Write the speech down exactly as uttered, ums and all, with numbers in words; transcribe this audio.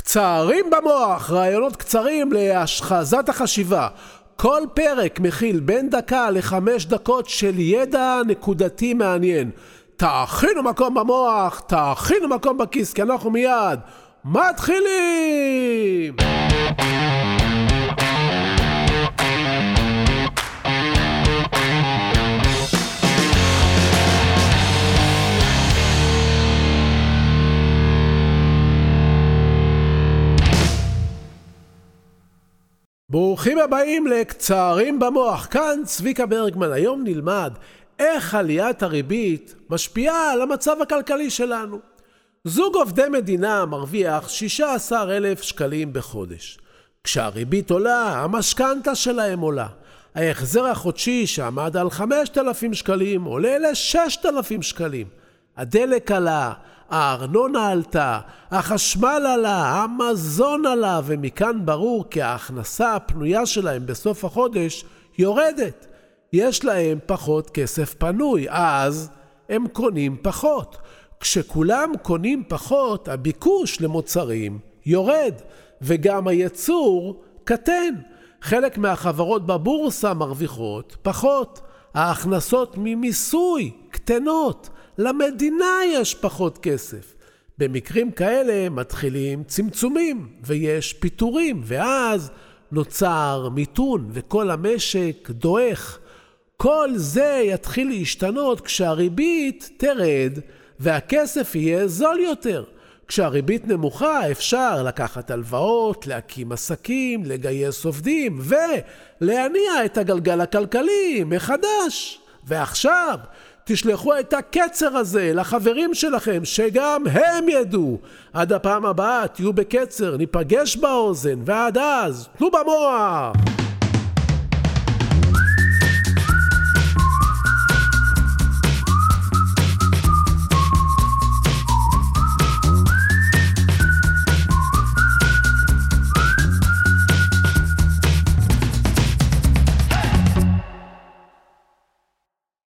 קצרים במוח, רעיונות קצרים להשחזת החשיבה. כל פרק מכיל בין דקה לחמש דקות של ידע נקודתי מעניין. תאכינו מקום במוח, תאכינו מקום בכיס, כי אנחנו מיד מתחילים! ברוכים הבאים לקצרים במוח, כאן צביקה ברגמן. היום נלמד איך עליית הריבית משפיעה על המצב הכלכלי שלנו. זוג עובדי מדינה מרוויח שישה עשר אלף שקלים בחודש. כשהריבית עולה, המשכנתה שלהם עולה. ההחזר החודשי שעמד על חמשת אלפים שקלים עולה ל-ששת אלפים שקלים. הדלק עלה, הארנונה עלתה, החשמל עלה, המזון עלה, ומכאן ברור כי ההכנסה הפנויה שלהם בסוף החודש יורדת. יש להם פחות כסף פנוי, אז הם קונים פחות. כשכולם קונים פחות, הביקוש למוצרים יורד, וגם הייצור קטן. חלק מהחברות בבורסה מרוויחות פחות. ההכנסות ממיסוי קטנות. למדינה יש פחות כסף. במקרים כאלה מתחילים צמצומים ויש פיטורים, ואז נוצר מיתון וכל המשק דועך. כל זה יתחיל להשתנות כשהריבית תרד והכסף יהיה זול יותר. כשהריבית נמוכה אפשר לקחת הלוואות, להקים עסקים, לגייס עובדים ולהניע את הגלגל הכלכלי מחדש. ועכשיו תשלחו את הקצר הזה לחברים שלכם שגם הם ידעו. עד הפעם הבאה תהיו בקצר, ניפגש באוזן, ועד אז תנו במוח.